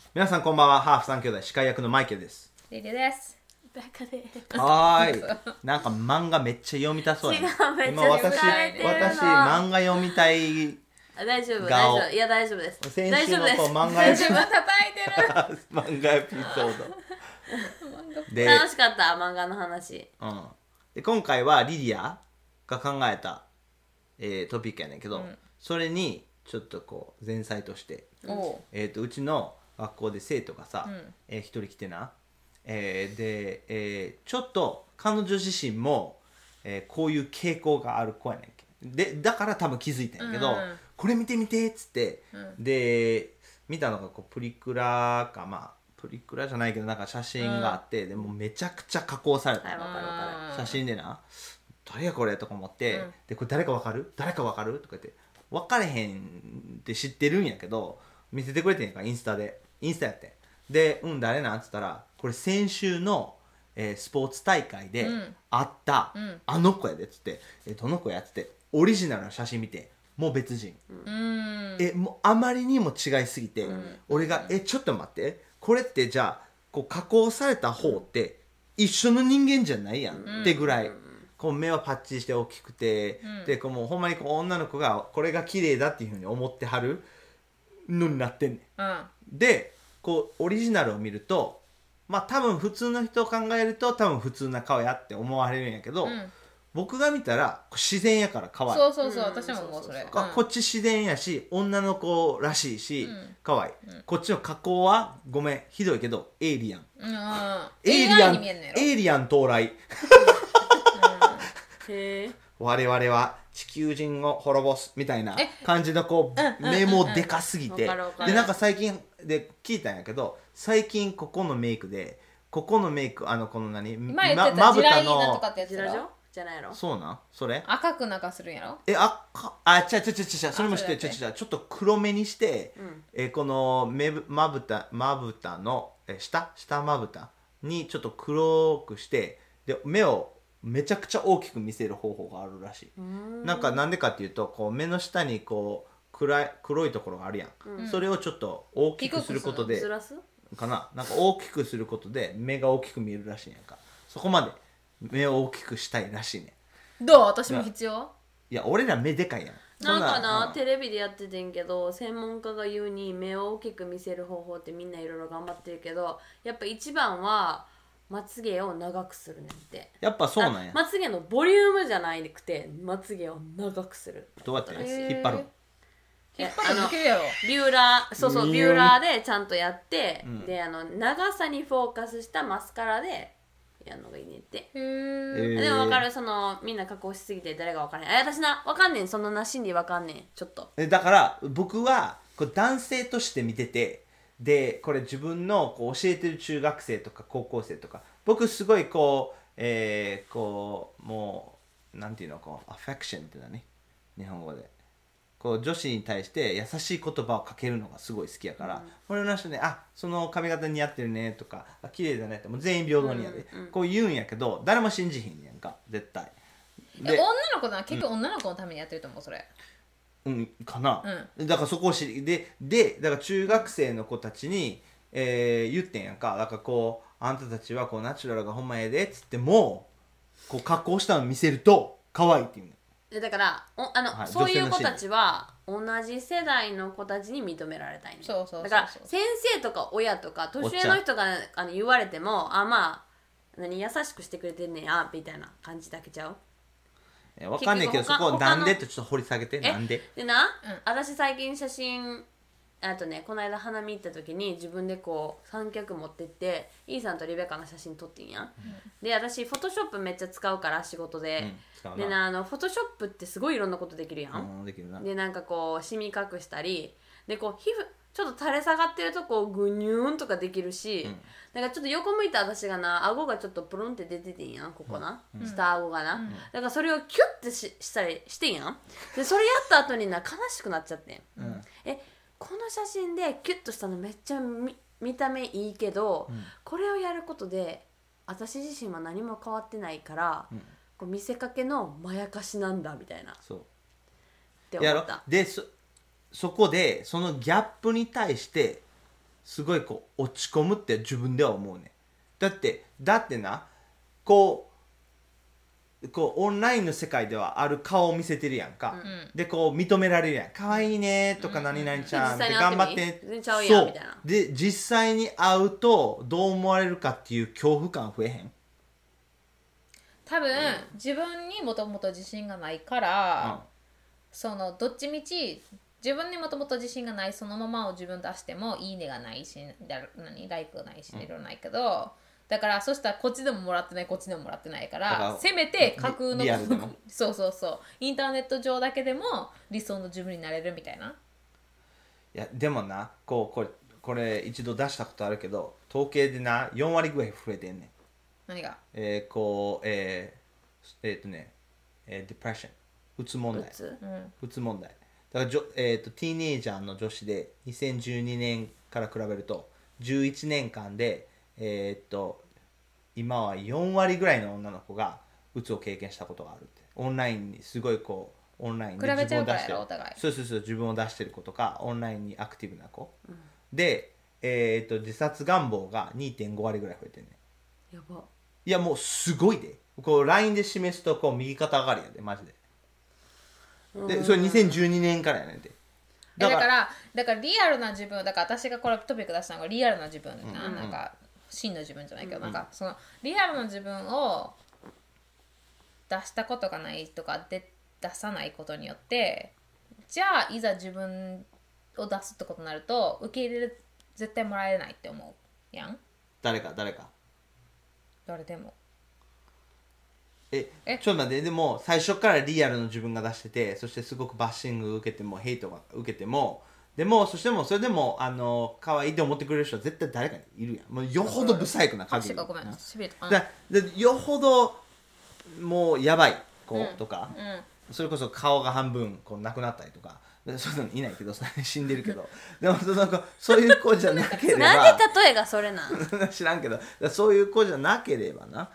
皆さんこんばんは。ハーフ三兄弟司会役のマイケルです。 リリです。 バカではーい。なんか漫画めっちゃ読みたそうやね。 違う、めっちゃ今私疲れてるの漫画読みたい。 大丈夫大顔丈夫、いや大丈夫です。 先大丈夫です。 週のこう漫画エピソ自分叩いてる。 漫画エピソードで、 楽しかった漫画の話。 で今回はリディアが考えた、トピックやねんけど、それにちょっとこう前菜として、うちの学校で生徒がさ、一人来てな、ちょっと彼女自身も、こういう傾向がある子やねんけで、だから多分気づいたんやけど、これ見てみてっつって、で見たのがこうプリクラか、まあプリクラじゃないけどなんか写真があって、でもめちゃくちゃ加工された、 はい、わかるわか写真でな、誰やこれとか思って、でこれ誰かわかるとか言って分かれへんって知ってるんやけど見せてくれてんやんか、インスタやってで、誰なんっつったら、これ先週の、スポーツ大会で会った、あの子やでっつって、どの子やっつってオリジナルの写真見て、もう別人、もうあまりにも違いすぎて、俺がちょっと待って、これってじゃあこう加工された方って一緒の人間じゃないやん、ってぐらいこう目はパッチリして大きくて、でこうもうほんまにこう女の子がこれが綺麗だっていうふうに思ってはるのになってんねん、でこうオリジナルを見ると、まあ多分普通の人を考えると多分普通な顔やって思われるんやけど、僕が見たら自然やから可愛い。 そう、私も思うそれ。 こっち自然やし女の子らしいし、可愛い、こっちの加工はごめんひどいけどエイリアン、エイリアン到来へ我々は地球人を滅ぼすみたいな感じのこう目もでかすぎて、でなんか最近で聞いたんやけど、最近ここのメイクこの何前言ってた地雷なんとかってやつジラジョじゃないの？ そうなんそれ赤くなんかするんやろ。 違うそれもしてちょっと黒目にして、このまぶたの下まぶたにちょっと黒くして、で目をめちゃくちゃ大きく見せる方法があるらしい。なんでかっていうと、こう目の下にこう黒いところがあるやん、それをちょっと大きくすることでなんか大きくすることで目が大きく見えるらしいんやんか。そこまで目を大きくしたいらしいね。 どう？私も必要？ いや俺ら目でかいやん。 なんかな、テレビでやっててんけど、専門家が言うに目を大きく見せる方法ってみんないろいろ頑張ってるけど、やっぱ一番はまつげを長くするねんって。 やっぱそうなんや。 まつげのボリュームじゃないくて、まつげを長くする。 どうやって引っ張る？ 引っ張るだけやろ。 ビューラーでちゃんとやって、で長さにフォーカスしたマスカラでやるのがいいねって。でも分かる、そのみんな加工しすぎて誰が分かんない。私な分かんねん、そのな心理分かんねんちょっと。 だから僕はこう男性として見てて、でこれ自分のこう教えてる中学生とか高校生とか、僕すごいこうもうなんていうの、こうアフェクションってだね、日本語でこう女子に対して優しい言葉をかけるのがすごい好きやから、俺の人ね、その髪型似合ってるねとか、綺麗だねって、もう全員平等にやで、こう言うんやけど誰も信じひんねんか絶対。 女の子な、結局女の子のためにやってると思うそれ。 かな、だからそこを知りでだから中学生の子たちに、言ってんやんか。だからこうあんたたちはこうナチュラルがほんまええでっつっても、こう加工したの見せると可愛いっていうね。 だからそういう子たちは同じ世代の子たちに認められたいね。 そうだから先生とか親とか年上の人が言われても、まあ優しくしてくれてんねやみたいな感じだけちゃう。 わかんないけど、そこなんでってちょっと掘り下げて。なんででな、私最近写真この間花見行った時に自分でこう三脚持ってってイーさんとリベカの写真撮ってんやん、で私フォトショップめっちゃ使うから仕事で、でフォトショップってすごいいろんなことできるやん、 できるな。 でなんかこうシミ隠したりで、こう皮膚ちょっと垂れ下がってるとこをグニューンとかできるし、なんかちょっと横向いた私がな、顎がちょっとプルンって出ててんやん、ここな、下顎がな、だからそれをキュッてしたりしてんやん。でそれやった後にな悲しくなっちゃってん、この写真でキュッとしたのめっちゃ見た目いいけど、これをやることで私自身は何も変わってないから、こう見せかけのまやかしなんだみたいなって思った。 でそこでそのギャップに対してすごいこう落ち込むって自分では思うね。だってな、こうオンラインの世界ではある顔を見せてるやんか、でこう認められるやん、可愛いねとか何々ちゃんって頑張って全然ちゃうやんみたいな。 で実際に会うとどう思われるかっていう恐怖感増えへん？ 多分、自分にもともと自信がないから、そのどっちみち自分にもともと自信がないそのままを自分出してもいいねがないしライクがないしいろいろないけど、だからそしたらこっちでももらってないこっちでももらってないからせめて架空のそうインターネット上だけでも理想の自分になれるみたいな。 いやでもなこれ一度出したことあるけど統計でな4割ぐらい増えてんねん。 何がディプレッション、うつ問題、うつ問題だからティーネイジャーの女子で2012年から比べると11年間で今は4割ぐらいの女の子がうつを経験したことがあるって。オンラインにすごいこうオンラインで自分を出してる、そう自分を出してる子とかオンラインにアクティブな子、で、自殺願望が 2.5 割ぐらい増えてんねん。 やば。 いやもうすごいで、こう LINE で示すとこう右肩上がりやでマジで。でそれ2012年からやねんで。 だからリアルな自分、だから私がこれトピック出したのがリアルな自分なんか真の自分じゃないけど、なんかそのリアルな自分を出したことがないとかで出さないことによって、じゃあいざ自分を出すってことになると受け入れる絶対もらえないって思うやん。 誰か誰でも。 ちょっと待って、でも最初からリアルの自分が出してて、そしてすごくバッシング受けてもヘイトが受けても、でもそれでも可愛いって思ってくれる人は絶対誰かにいるやん。もうよほどブサイクな限り。 ごめん、しびれた。 よほどもうやばい子とか、それこそ顔が半分こうなくなったりとか、そういうのいないけど死んでるけど、でもそういう子じゃなければなんで例えがそれなん知らんけど、そういう子じゃなければな、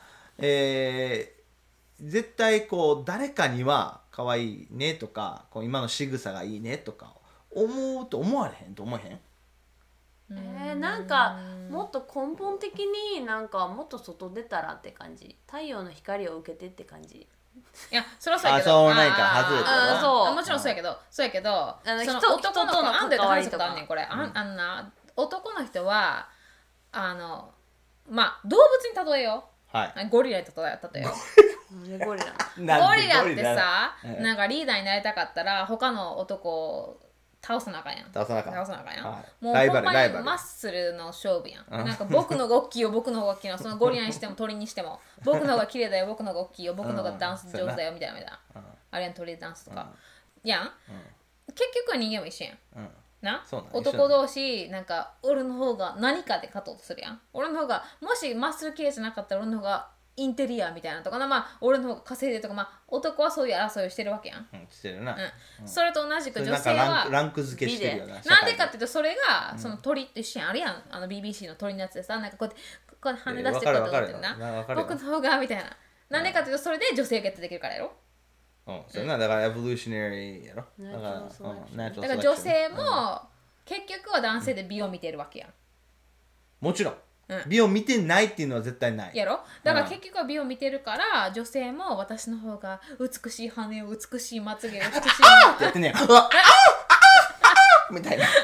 絶対こう誰かには可愛いねとかこう今の仕草がいいねとか思うと思われへんと思えへん？ なんかもっと根本的になんかもっと外出たらって感じ、太陽の光を受けてって感じ。 いやそれはそうやけど、 そうないから外れてるそうもちろんそうやけどその男の子あんたと話したことあんねんこれ、あんな男の人はまあ動物に例えよう、はい、ゴリラに例えようゴリラってさ、なんかリーダーになりたかったら他の男を倒さなあかんやん、はい、もうほんまにマッスルの勝負やん、なんか僕のが大きいよ僕の方が大きいの、そのゴリラにしても鳥にしても僕の方が綺麗だよ僕の方が大きいよ僕の方がダンス上手だよみたいな、あれやん鳥ダンスとか、やん、結局は人間も一緒やん、な男同士なんか俺の方が何かで勝とうとするやん、俺の方がもしマッスル系じゃなかったら俺の方がインテリアみたいなとかな、まあ俺の方が稼いでるとか、まあ男はそういう争いをしてるわけやん、 してるな、 それと同じく女性はランク付けしてるよな。 なんでかっていうとそれがその鳥と一緒やん、あるやんBBC の鳥のやつでさ、なんかこうやってこう跳ね出してこうやって踊ってるな、僕の方がみたいな、なんでかっていうとそれで女性ゲットできるからやろ。 それなだからエボリューショナリーやろ。 だから女性も結局は男性で美を見てるわけやん。 もちろん美を見てないっていうのは絶対ないやろ。だから結局は美を見てるから女性も私の方が美しい羽を美しいまつげを美しいってやってねみたいなもっ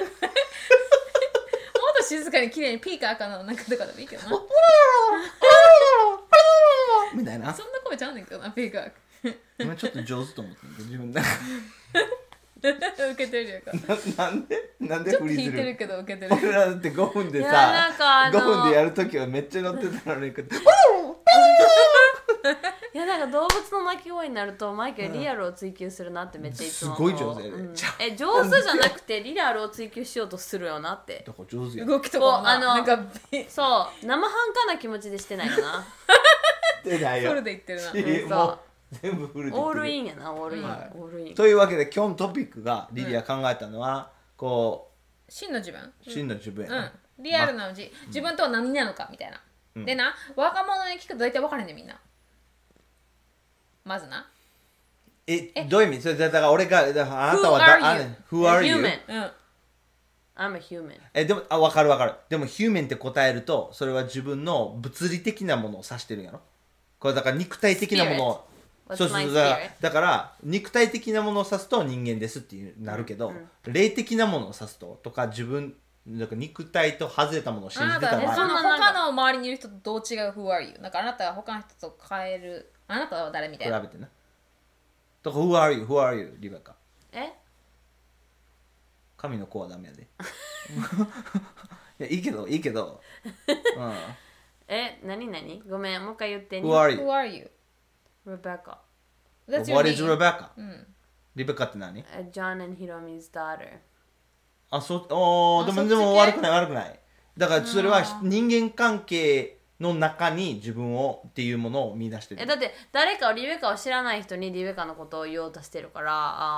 と静かに綺麗にピーカーかのなんかとかでもいいけどなみたいな、 そんな声ちゃうねんけどなピーカー今ちょっと上手と思ってんけど自分で受けてるやんかなんでちょっと弾いてるけど受けてる。 俺らだって5分でさ5分でやるときはめっちゃ乗ってたのにいやなんか動物の鳴き声になるとマイケルリアルを追求するなってめっちゃいつもすごい上手やで、上手じゃなくてリアルを追求しようとするよなってだから上手や動きとかなんかそう生半可な気持ちでしてないかな出ないよフルで言ってるなもう全部フルでオールインやなオールイン、はい、オールインというわけで今日のトピックがリリア考えたのは、こう真の自分や、 リアルな自分とは何なのかみたいな、でな若者に聞くと大体分からんねんみんなまずなどういう意味それだから俺があなたは Who are you? Who are you? Human. I'm a human. でも分かる分かる。でも human って答えるとそれは自分の物理的なものを指してるんやろ。これだから肉体的なものをそうそうだから肉体的なものを指すと人間ですってなるけど、霊的なものを指すとか自分だから肉体と外れたものを信じてたら他の周りにいる人とどう違う Who are you? なんかあなたが他の人と変えるあなたは誰みたいな比べてな。だから Who are you? Who are you? リベカ神の子はダメやでいやいいけどいいけど、 うん、何ごめんもう一回言って。 Who are you? Who are you? Rebecca. What is Rebecca? リベカって何？ John and Hiromi's daughter. あ、そう、でも悪くない悪くない。だからそれは人間関係の中に自分をっていうものを見出してる。 だって誰かリベカを知らない人にリベカのことを言おうとしてるから、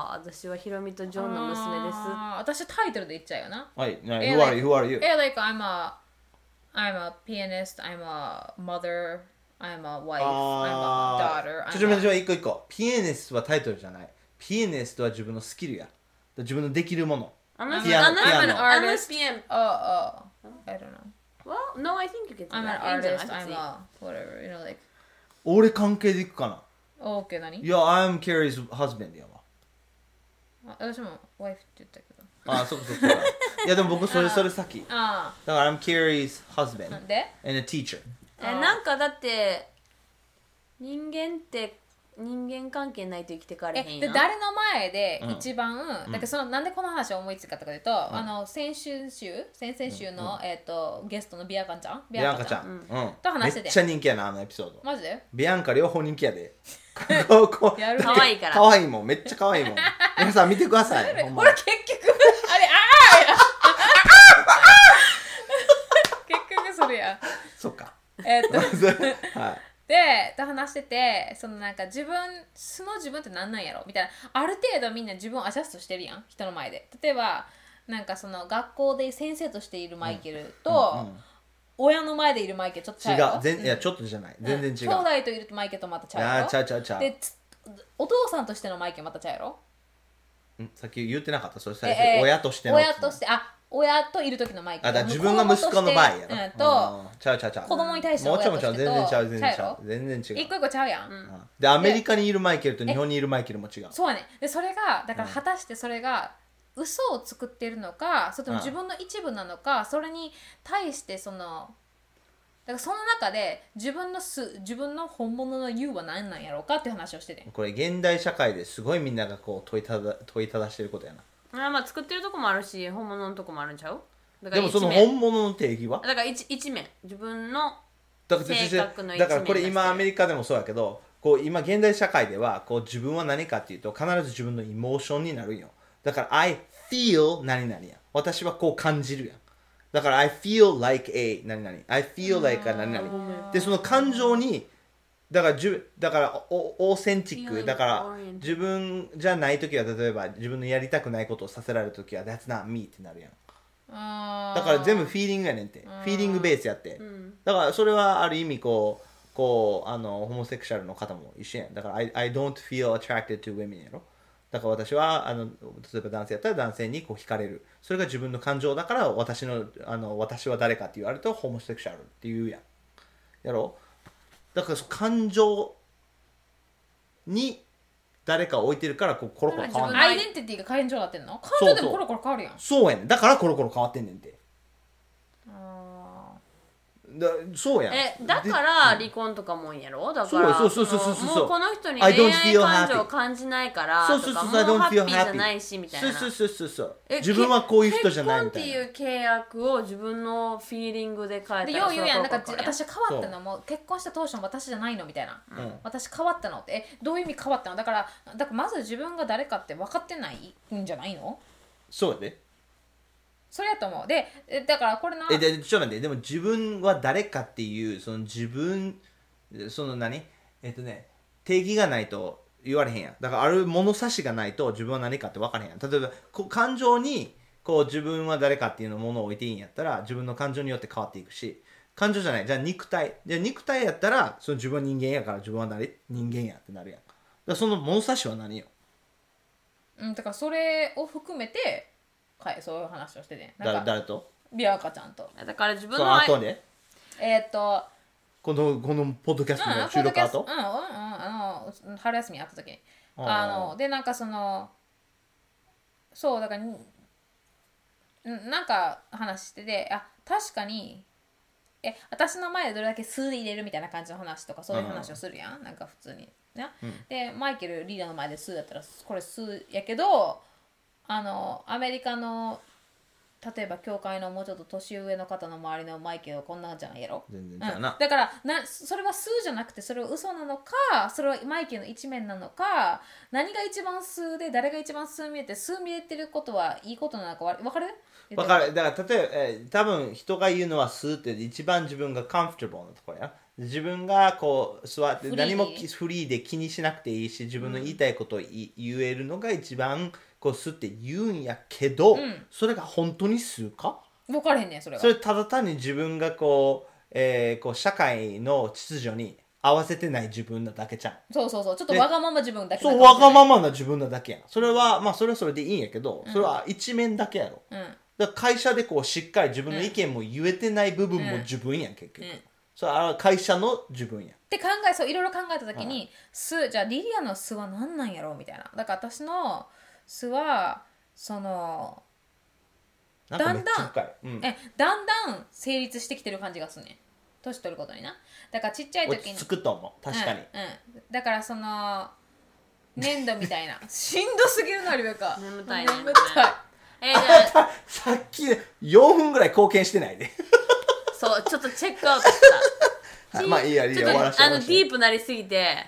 私はヒロミとジョンの娘です。 私タイトルで言っちゃうよな。 はい、Who are you? Who are you? Like I'm a pianist, I'm a mother, I'm a wife, I'm a daughter. ちょ一個一個。ピアニストはタイトルじゃない。ピアニストは自分のスキルや。自分のできるもの。 I'm an artist. I don't know. Well, no, I think you get to I'm an artist, I'm a whatever, like. 俺関係でいくかな。 OK、何？ いや、I'm Carrie's husband やわ。私も wife って言ったけど。 そうか。いやでも僕それ先。だから I'm Carrie's husband なんで and a teacher。 なんかだって人間って人間関係ないと生きてかれへんやん。 で誰の前で一番、だからそのなんでこの話を思いついたかというと、先々週の、ゲストのビアンカちゃんと話してて、 めっちゃ人気やなあのエピソード。 マジで？ ビアンカ両方人気やで。 やる。可愛いから。 可愛いもんめっちゃ可愛いもん。皆さん見てください。 俺結局あれ結局それや。 そっか。 はい。で話してて、そのなんか自分って何なんやろみたいな、ある程度みんな自分をアジャストしてるやん、人の前で。例えばなんかその学校で先生としているマイケルと、親の前でいるマイケルちょっと違うやろ。 いやちょっとじゃない、全然違う。 兄弟といるマイケルとまた違うやろ。 ちゃうでお父さんとしてのマイケルまた違うやろ。 さっき言ってなかった？それ最初親としての親といる時のマイケル。 だ自分が息子の場合やろ。ちゃう子供に対しての親としてと全然違う。 一個一個ちゃうやん。 でアメリカにいるマイケルと日本にいるマイケルも違う。 そうやね。でそれがだから果たしてそれが嘘を作っているのか、それとも自分の一部なのか、それに対してそのだからその中で自分の本物の You は何なんやろうかって話をしてて。 これ現代社会ですごいみんながこう問いただしてることやな。 まあ作ってるとこもあるし本物のとこもあるんちゃう？ でもその本物の定義はだから一面自分の性格の一面。 だからこれ今アメリカでもそうやけど、こう今現代社会ではこう自分は何かっていうと必ず自分のイモーションになるんよ。だから I feel 何々や。私はこう感じるやん。だから I feel like a 何々 I feel like a 何々で、その感情にだからオーセンティックだから自分じゃないときは、例えば自分のやりたくないことをさせられるときは That's not me ってなるやん。だから全部フィーリングやねんって。フィーリングベースやって、だからそれはある意味こうホモセクシャルの方も一緒やん。だから I don't feel attracted to women やろ。だから私は例えば男性やったら男性にこう惹かれる、それが自分の感情だから私は誰かって言われるとホモセクシャルって言うやんやろ。だから感情に誰かを置いてるからこうコロコロ変わんない。 アイデンティティが感情になってんの？感情でもコロコロ変わるやん。 そうやねん。だからコロコロ変わってんねんて。そうやん。 だから離婚とかもんやろ。だからそうもうこの人に恋愛感情を感じないからとか、もうハッピーじゃないしみたいな。 そう自分はこういう人じゃないみたいな。 結婚っていう契約を自分のフィーリングで変えたら、 よう言うやん。なんか私変わったのも結婚した当初の私じゃないのみたいな、私変わったのってどういう意味変わったの？だからまず自分が誰かって分かってないんじゃないの？ そうやで。 それやと思う。でだからこれなちょっと待って。でも自分は誰かっていうその自分その何定義がないと言われへんやん。だからある物差しがないと自分は何かって分からへんやん。例えば感情にこう自分は誰かっていうのものを置いていいんやったら自分の感情によって変わっていくし、感情じゃないじゃあ肉体やったらその自分は人間やから自分は人間やってなるやん。だからその物差しは何よ。 だからそれを含めてそういう話をしてて、 誰と？ ビアカちゃんと。 だから自分そのの後でこのポッドキャストの収録後、 春休みあった時にでなんかそうだからなんか話してて、確かに私の前でどれだけ数で入れるみたいな感じの話とかそういう話をするやん、なんか普通にね、でマイケルリーダーの前で数だったらこれ数やけどアメリカの例えば教会のもうちょっと年上の方の周りのマイケルはこんなんじゃないやろ、 全然じゃな、 だからそれは数じゃなくてそれは嘘なのか、それはマイケルの一面なのか、何が一番数で誰が一番数見えて数見えてることはいいことなのか分かる？ 分かる。だから例えば、多分人が言うのは数って一番自分がコンフォータブルなところや。自分がこう座って何もフリーで気にしなくていいし、自分の言いたいことを言えるのが一番こう数って言うんやけど、それが本当に数か分からへんねん。それただ単に自分がこう社会の秩序に合わせてない自分なだけじゃん。 そうちょっとわがまま自分だけ。 そう、わがままな自分なだけやん。それはそれはそれでいいんやけど、それは一面だけやろ。だから会社でこうしっかり自分の意見も言えてない部分も自分やん、結局。それは会社の自分やん。 ってそういろいろ考えた時に、じゃあリリアの巣は何なんやろうみたいな。だから私の巣はだんだん成立してきてる感じがするね。年取ることにな。だからちっちゃい時に落ち着くと思う。確かに。 だから粘土みたいなしんどすぎるなリベカ。 眠たい。 さっき4分ぐらい貢献してないで。 そうちょっとチェックアウトした。 まあいいや終わらせて。ディープなりすぎて、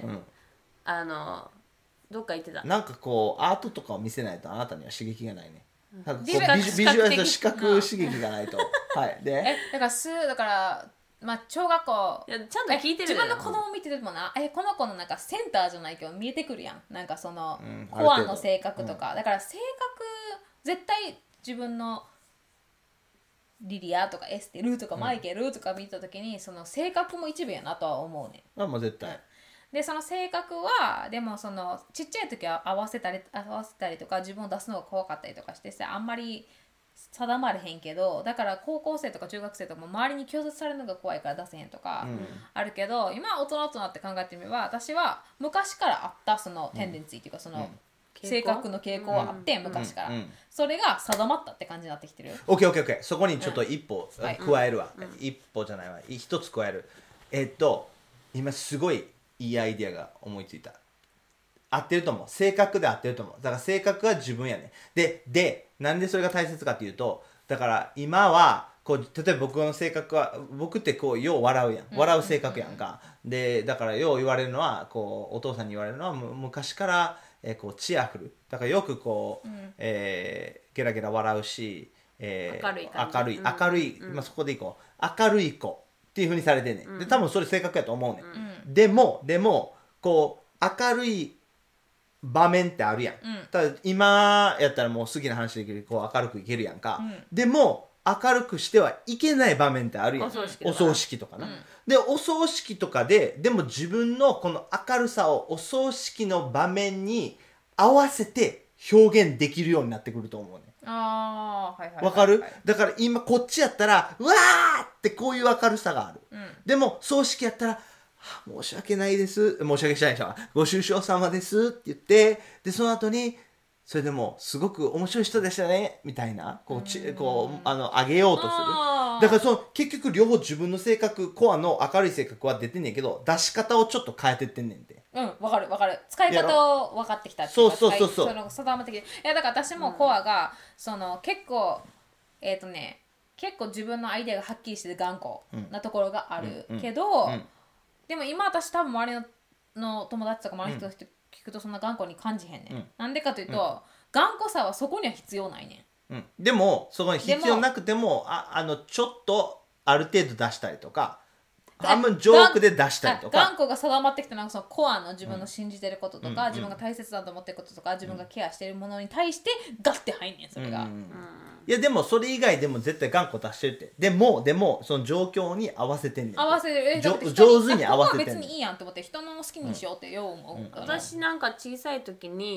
どっか行ってた。 なんかこうアートとかを見せないとあなたには刺激がないね。なんかこうビジュアルと視覚刺激がないと。はいで。 だから小学校ちゃんと聞いてる。 自分の子供見ててもな、この子のなんかセンターじゃないけど見えてくるやん。なんかコアの性格とか、だから性格絶対自分のリリアとかエステルとかマイケルとか見た時にその性格も一部やなとは思うね。 もう絶対。 でその性格はでもちっちゃい時は合わせたりとか自分を出すのが怖かったりとかしてさ、あんまり定まれへんけど、だから高校生とか中学生とかも周りに拒絶されるのが怖いから出せへんとかあるけど、今大人となって考えてみれば私は昔からあったそのテンデンシーっていうか性格の傾向はあって、昔から、それが定まったって感じになってきてる。 OKOKOK そこにちょっと一歩加えるわ、一歩じゃないわ、一つ加える。今すごいいいアイディアが思いついた。合ってると思う。性格で合ってると思う。だから性格は自分やね。でなんでそれが大切かっていうと、だから今はこう例えば僕の性格は、僕ってこうよう笑うやん、笑う性格やんか。でだからよう言われるのはこうお父さんに言われるのは昔からこうチアフルだからよくこう、ゲラゲラ笑うし、明るい、そこでいこう明るい子っていう風にされてんねん。で多分それ性格やと思うねん。でもこう明るい場面ってあるやん。ただ今やったらもう好きな話できる、こう明るくいけるやんか。でも明るくしてはいけない場面ってあるやん。お葬式とかな。でお葬式とかでも自分のこの明るさをお葬式の場面に合わせて表現できるようになってくると思うね。わかる？だから今こっちやったらうわーってこういう明るさがある。でも葬式やったら申し訳ないです、申し訳ないでしょ、ご愁傷様ですって言って、でその後にそれでもすごく面白い人でしたねみたいなこう上げようとする。だから結局両方自分の性格、コアの明るい性格は出てんねんけど、出し方をちょっと変えてってんねんて。 わかる使い方を分かってきたっていうか、 そう定まってきて、いやだから私もコアが結構結構自分のアイデアがはっきりしてて頑固なところがあるけど、でも今私多分周りの友達とか周りの人聞くとそんな頑固に感じへんねん。なんでかというと、頑固さはそこには必要ないねん。 でもそこに必要なくてもちょっとある程度出したりとか、半分ジョークで出したりとか、 頑固が定まってきたのはコアの自分の信じてることとか、自分が大切だと思ってることとか、自分がケアしてるものに対してガッて入んねん、それが。 いやでもそれ以外でも絶対頑固出してるって。でもその状況に合わせてんねん。 合わせる。 上手に合わせてんねん。 ここは別にいいやんって思って人の好きにしようってよう思う。 私なんか小さい時に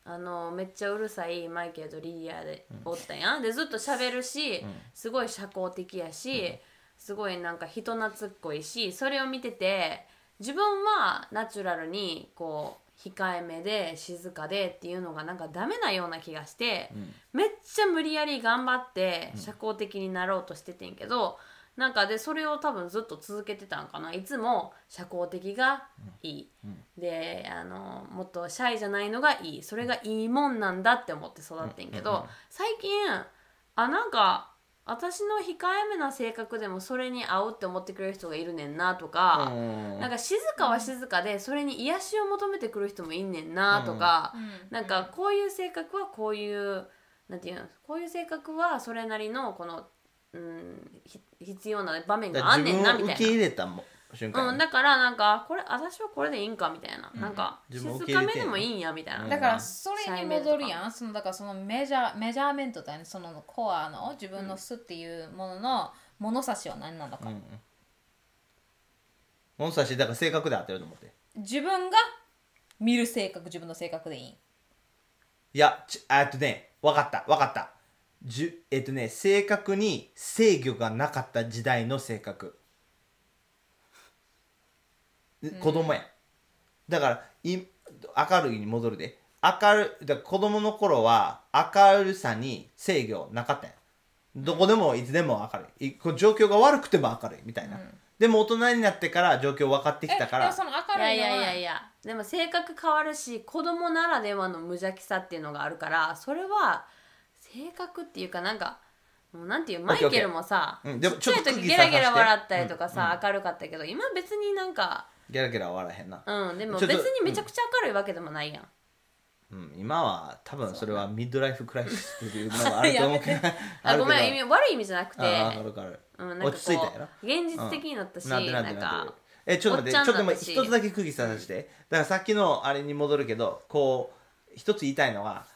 めっちゃうるさいマイケルとリディアでおったやん、でずっと喋るし、すごい社交的やし、すごいなんか人懐っこいし、それを見てて自分はナチュラルにこう控えめで静かでっていうのがなんかダメなような気がして、めっちゃ無理やり頑張って社交的になろうとしててんけど、なんかでそれを多分ずっと続けてたんかな。いつも社交的がいい、でもっとシャイじゃないのがいい、それがいいもんなんだって思って育ってんけど、最近なんか私の控えめな性格でもそれに合うって思ってくれる人がいるねんなとか、なんか静かは静かでそれに癒しを求めてくる人もいんねんなとか、なんかこういう性格はこういうなんていうの、こういう性格はそれなりのこの必要な場面があんねんなみたいな。 自分を受け入れた瞬間、 だからなんかこれ私はこれでいいんかみたいな、なんか静かめでもいいんやみたいな、 だからそれに戻るやん。だからそのメジャーメントだね、そのコアの自分の素っていうものの物差しは何なのか、 物差しだから性格で合ってると思って、 自分が見る性格、自分の性格でいい。 いや分かった正確に制御がなかった時代の性格、子供や、だから明るいに戻るで、だから子供の頃は明るさに制御なかったんや。どこでもいつでも明るい、状況が悪くても明るいみたいな、でも大人になってから状況分かってきたから、 でもその明るいのは、 いやでも性格変わるし、子供ならではの無邪気さっていうのがあるから、それは性格っていうか、なんかもうなんていう、マイケルもさ、ちっちゃい時ゲラゲラ笑ったりとかさ、明るかったけど、今別になんかゲラゲラは笑えへんな。 でも別にめちゃくちゃ明るいわけでもないやん。 今は多分それはミッドライフクライシスっていうのがあると思うけどごめん、悪い意味じゃなくて、 分かる、落ち着いたやろ、 現実的になったし、 なんかちょっと待って、ちょっと一つだけ釘刺して、だからさっきのあれに戻るけど、こう一つ言いたいのは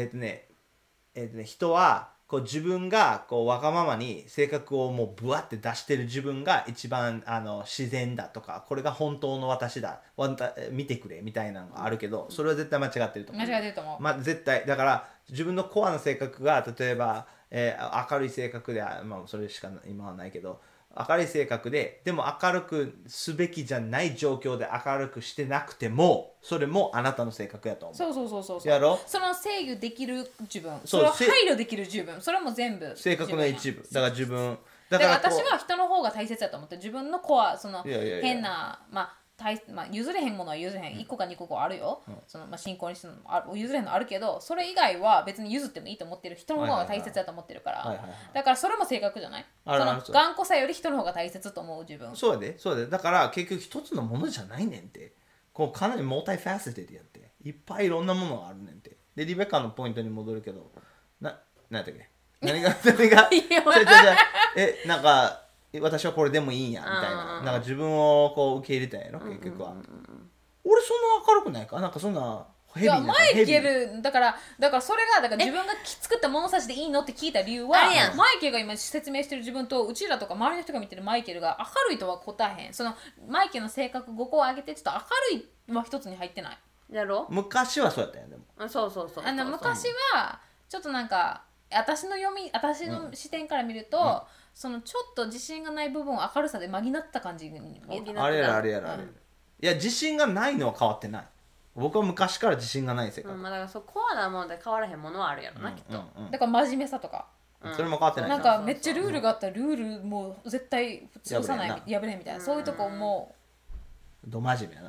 人はこう自分がこうわがままに性格をもうブワって出してる自分が一番自然だとか、これが本当の私だ、見てくれみたいなのがあるけど、それは絶対間違ってると思う。 間違ってると思う。 絶対だから自分のコアな性格が例えば、明るい性格で、それしか今はないけど、明るい性格でも明るくすべきじゃない状況で明るくしてなくても、それもあなたの性格やと思う。 そうやろ、 その制御できる自分、それを配慮できる自分、それも全部性格の一部だから自分だから私は人の方が大切だと思って、自分のコア、その変な譲れへんものは譲れへん、1個か2個あるよ、信仰にして譲れへんのあるけど、それ以外は別に譲ってもいいと思ってる、人の方が大切だと思ってるから、だからそれも性格じゃない、その頑固さより人の方が大切と思う自分。 そうやでだから結局一つのものじゃないねんって、こうかなりモータイファセティでやって、いっぱいいろんなものがあるねんって。でリベカのポイントに戻るけど、何やったっけ、何がなんか私はこれでもいいんやみたいな、なんか自分をこう受け入れたんやろ結局は。俺そんな明るくないか、なんかそんなヘビーな。いやマイケルだからそれが自分が作った物差しでいいのって聞いた理由は、マイケルが今説明してる自分とうちらとか周りの人が見てるマイケルが明るいとは答えへん。そのマイケルの性格5個を上げてちょっと明るいは一つに入ってないやろ。 昔はそうやったんや。でもそう昔はちょっとなんか私の視点から見ると、そのちょっと自信がない部分を明るさで補った感じに見える。 あれやる、いや自信がないのは変わってない。僕は昔から自信がない性格、 だからコアなもので変わらへんものはあるやろな、きっと。 だから真面目さとか、 それも変わってない。 なんかめっちゃルールがあったらルールもう絶対潰さない、破れへんみたいな、そういうとこもど真面目やな。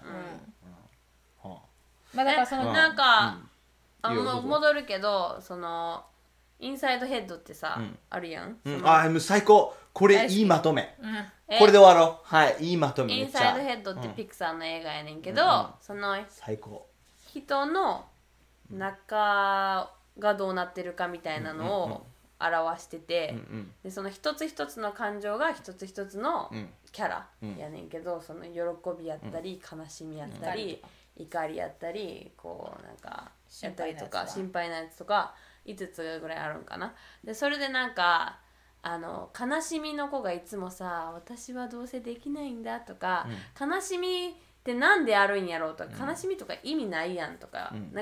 だからそのなんか戻るけど、そのインサイドヘッドってさ、あるやん。 もう最高、これいいまとめ、これで終わろう。はい、いいまとめ。 インサイドヘッドってピクサーの映画やねんけど、その最高、 人の中がどうなってるかみたいなのを表してて、でその一つ一つの感情が一つ一つのキャラやねんけど、その喜びやったり悲しみやったり怒りやったり、こうなんかやったりとか心配なやつとか5つぐらいあるんかな。でそれでなんか悲しみの子がいつもさ、私はどうせできないんだとか、悲しみってなんであるんやろうとか、悲しみとか意味ないやんとか、なんか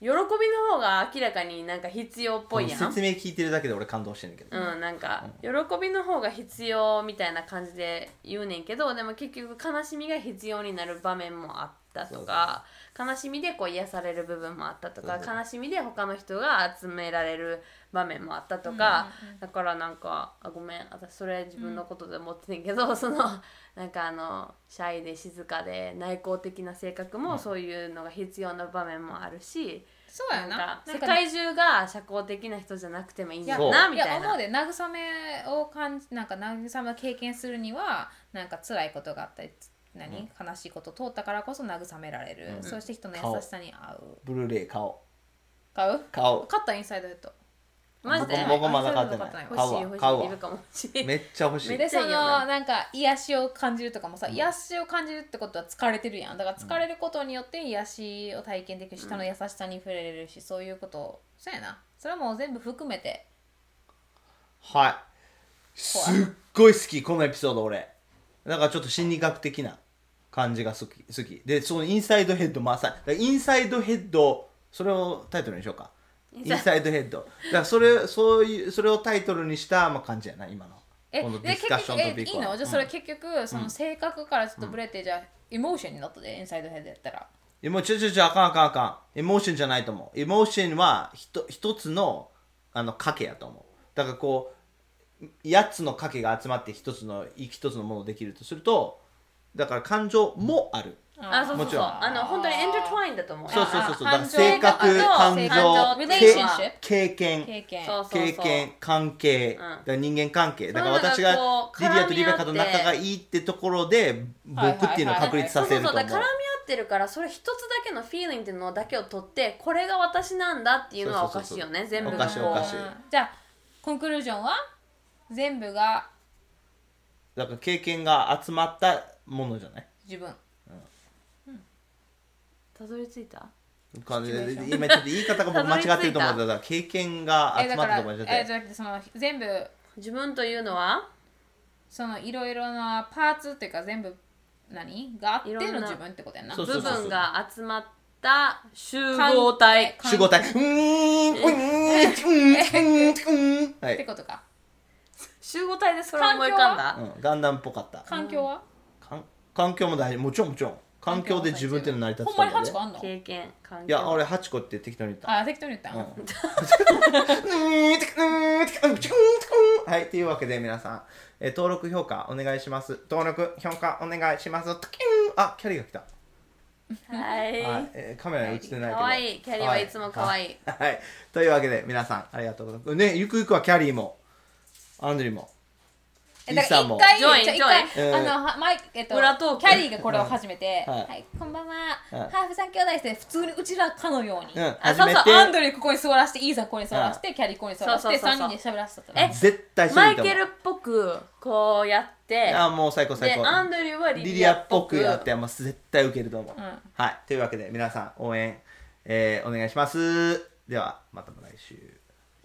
喜びの方が明らかになんか必要っぽいやん。 説明聞いてるだけで俺感動してんねんけど、 なんか、喜びの方が必要みたいな感じで言うねんけど、でも結局悲しみが必要になる場面もあったとか、悲しみでこう癒される部分もあったとか、悲しみで他の人が集められる場面もあったとか、だからなんかごめん、私それ自分のことで思ってんけど、そのなんかシャイで静かで内向的な性格もそういうのが必要な場面もあるし、 そうやな。 世界中が社交的な人じゃなくてもいいんだなみたいな。 いや思うで、慰めをなんか慰めを経験するにはなんか辛いことがあったり、悲しいこと通ったからこそ慰められる、そして人の優しさに合う。 ブルーレイ買おう。 買う？ 買ったインサイドヘッド。 マジで僕まだ買ってない。 欲しいるかもしれめっちゃ欲しい。 でそのなんか癒しを感じるとかもさ、癒しを感じるってことは疲れてるやん。だから疲れることによって癒しを体験できるし、人の優しさに触れれるし、そういうことそうやな。それはもう全部含めて。 はい。すっごい好きこのエピソード俺。だからちょっと心理学的な感じが好き。でそのインサイドヘッドまさにインサイドヘッド、それをタイトルにしようか。インサイドヘッド。だからそれをタイトルにした感じやな今の。このディスカッショントピックは。 いいの？じゃあそれ結局その性格からちょっとブレて、じゃあエモーションになったで、インサイドヘッドやったら。 あかん。エモーションじゃないと思う。エモーションは一つの賭けやと思う。だからこう8つの賭けが集まって一つのものをできるとすると、だから感情もある。 そうもちろん本当にエンタートワインだと思う。 そうだから性格、感情、経験、関係、人間関係。だから私がリリアとリベカと仲がいいってところで僕っていうのを確立させると思う。 絡み合ってるから、それ一つだけのフィーリングっていうのだけを取って、これが私なんだっていうのはおかしいよね。全部がおかしい。 じゃあコンクルージョンは全部がだから経験が集まったものじゃない？ 自分。 たどり着いた？ 今ちょっと言い方が僕間違ってると思う。だから経験が集まったところじゃなくて、 その全部自分というのはそのいろいろなパーツっていうか全部があっての自分ってことやな。 部分が集まった集合体。 ってことか。 集合体でそれ思い浮かんだ？ ガンダムっぽかった。 環境は？ 環境も大事。もちろん。環境で自分っていうの成り立つと思う。ほんまに8個あんの？ 経験、環境。 いや、俺8個って適当に言った。 適当に言った。 はい、というわけで皆さん、登録評価お願いします。キャリーが来た。 はい。 カメラに映ってないけど。 かわいい。キャリーはいつもかわいい。 はい。というわけで皆さんありがとうございます。ね、ゆくゆくはキャリーもアンドリーも。 だから一回キャリーがこれを始めて、はいこんばんは、ハーフ3兄弟して普通にうちらかのように、アンドリーここに座らせて、イーザここに座らせて、キャリーここに座らせて、3人で喋らせたら絶対マイケルっぽくこうやって、 もう最高。 でアンドリーはリリアっぽくやって、絶対ウケると思う。はい、というわけで皆さん応援お願いします。ではまた来週。